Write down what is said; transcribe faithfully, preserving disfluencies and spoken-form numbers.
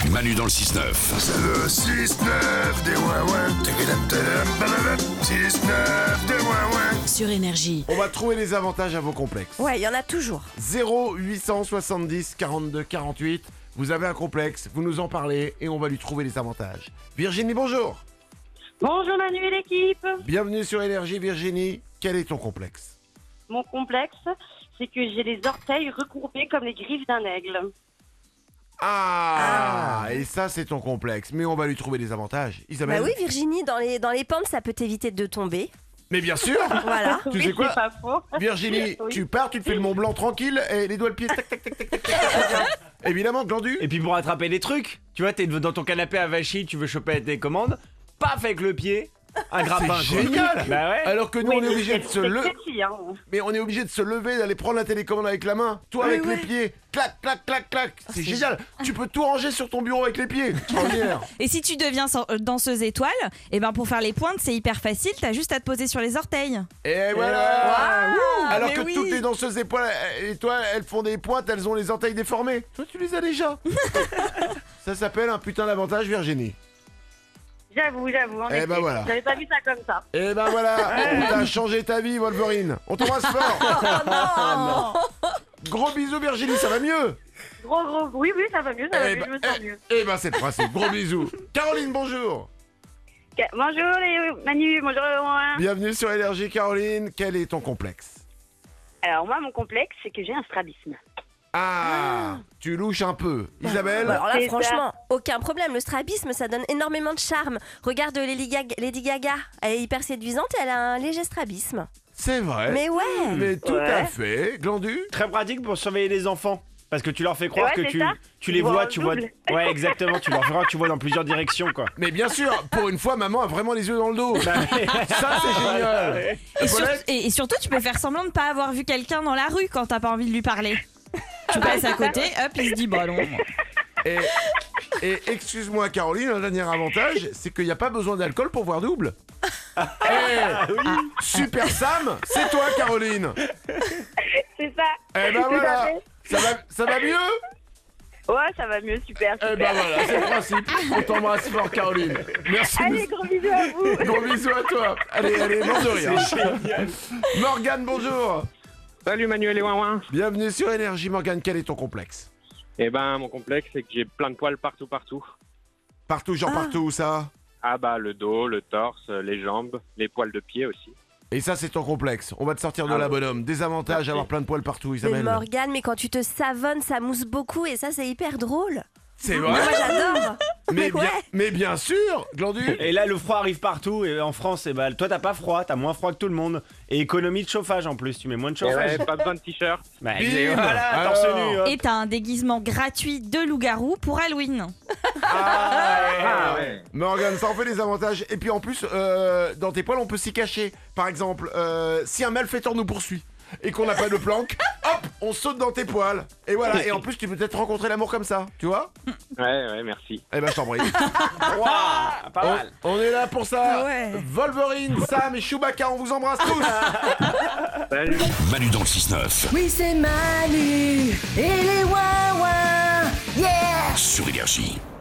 Manu dans le six neuf. C'est le six neuf des ouin-ouin. six neuf des ouin-ouin. Sur Énergie. On va trouver les avantages à vos complexes. Ouais, il y en a toujours. zéro huit cent soixante-dix quarante-deux quarante-huit. Vous avez un complexe, vous nous en parlez et on va lui trouver les avantages. Virginie, bonjour. Bonjour Manu et l'équipe. Bienvenue sur Énergie. Virginie, quel est ton complexe? Mon complexe, c'est que j'ai les orteils recourbés comme les griffes d'un aigle. Ah, ah, et ça c'est ton complexe, mais on va lui trouver des avantages. Isabelle? Bah oui, Virginie, dans les, dans les pentes, ça peut t'éviter de tomber. Mais bien sûr. Voilà. Tu oui, sais quoi, c'est pas faux. Virginie, Oui. tu pars, tu te fais le Mont Blanc tranquille et les doigts de pied, tac tac tac tac tac tac. Évidemment, glandu. Et puis pour attraper les trucs, tu vois, t'es dans ton canapé à Vachy, tu veux choper tes commandes, paf avec le pied, un grappin. C'est génial. Bah ouais. Alors que nous Oui, on est obligé de c'est- se c'est lever. sexy, hein. Mais on est obligé de se lever, d'aller prendre la télécommande avec la main. Toi Oui, avec ouais. les pieds, clac, clac, clac, clac. C'est c'est génial. Tu peux tout ranger sur ton bureau avec les pieds. Extraordinaire. Et si tu deviens so- euh, danseuse étoile, et ben pour faire les pointes, c'est hyper facile, t'as juste à te poser sur les orteils. Et voilà. Waouh, Alors mais que oui. toutes les danseuses étoiles, étoiles, elles font des pointes, elles ont les orteils déformés. Toi, tu les as déjà. Ça s'appelle un putain d'avantage, Virginie. J'avoue, j'avoue. en Eh effet. ben voilà. J'avais pas vu ça comme ça. Et ben voilà, on t'a changé ta vie, Wolverine. On t'embrasse fort. Gros bisous, Virginie, ça va mieux. Gros, gros. Oui, oui, ça va mieux, ça va Eh mieux. ben, Je me sens eh, mieux. eh ben c'est le principe. Gros bisous. Caroline, bonjour. Ok, bonjour les Manu, bonjour moi. Bienvenue sur Énergie, Caroline. Quel est ton complexe? Alors moi, mon complexe, c'est que j'ai un strabisme. Ah, tu louches un peu. Isabelle? Bah, alors là, C'est franchement, aucun problème. Le strabisme, ça donne énormément de charme. Regarde Lady Gaga, Lady Gaga. Elle est hyper séduisante et elle a un léger strabisme. C'est vrai. Mais ouais. Mais tout Ouais. à fait. Glandu? Très pratique pour surveiller les enfants. Parce que tu leur fais croire Ouais, que c'est tu, ça. tu les Ils voient vois, en tu vois. double. Ouais, exactement, tu leur fais croire que tu vois dans plusieurs directions, quoi. Mais bien sûr, pour une fois, maman a vraiment les yeux dans le dos. Bah, Ça, c'est génial. Et, sur- Paulette? et- et surtout, tu peux faire semblant de pas avoir vu quelqu'un dans la rue quand t'as pas envie de lui parler. Tu passes à côté, hop, il se dit bah non. Et, et excuse-moi, Caroline, un dernier avantage, c'est qu'il n'y a pas besoin d'alcool pour voir double. Eh, Super Sam, c'est toi, Caroline. C'est ça. Eh ben Tout à voilà. fait. Ça va, ça va mieux? Ouais, ça va mieux, super, super. Eh ben voilà, c'est le principe. On t'embrasse fort, Caroline. Merci. Allez, gros bisous à vous. Gros bisous à toi. Allez, allez, mort de rire. Morgane, bonjour. Salut Manuel et Ouin. Bienvenue sur Énergie. Morgane, quel est ton complexe? Eh ben, mon complexe, c'est que j'ai plein de poils partout, partout. Partout, genre partout, où ça? Ah bah, le dos, le torse, les jambes, les poils de pied aussi. Et ça, c'est ton complexe. On va te sortir de Ah là, ouais. bonhomme. Des avantages, avoir plein de poils partout, Mais Isabelle. Morgane, mais quand tu te savonnes, ça mousse beaucoup et ça, c'est hyper drôle. C'est Moi, vrai. j'adore. Mais bien, Ouais. mais bien sûr, Glandu. Et là, le froid arrive partout. Et en France, eh ben, toi, t'as pas froid, t'as moins froid que tout le monde. Et économie de chauffage en plus, tu mets moins de Et chauffage. ouais, pas besoin de t-shirt. Bah, Bim. exa- voilà, Alors. torse nu. hop. Et t'as un déguisement gratuit de loup-garou pour Halloween. Ah, ouais. Morgane, ça en fait des avantages. Et puis en plus, euh, dans tes poils, on peut s'y cacher. Par exemple, euh, si un malfaiteur nous poursuit et qu'on n'a pas de planque, hop, on saute dans tes poils. Et voilà. Et en plus, tu peux peut-être rencontrer l'amour comme ça, tu vois? Ouais, ouais, merci. Eh ben, je t'en prie. Ouah, pas On, mal. on est là pour ça. Ouais. Wolverine, Sam et Chewbacca, on vous embrasse tous. Salut. Manu dans le six neuf. Oui, c'est Manu et les ouin-ouin. Yeah! Sur Énergie.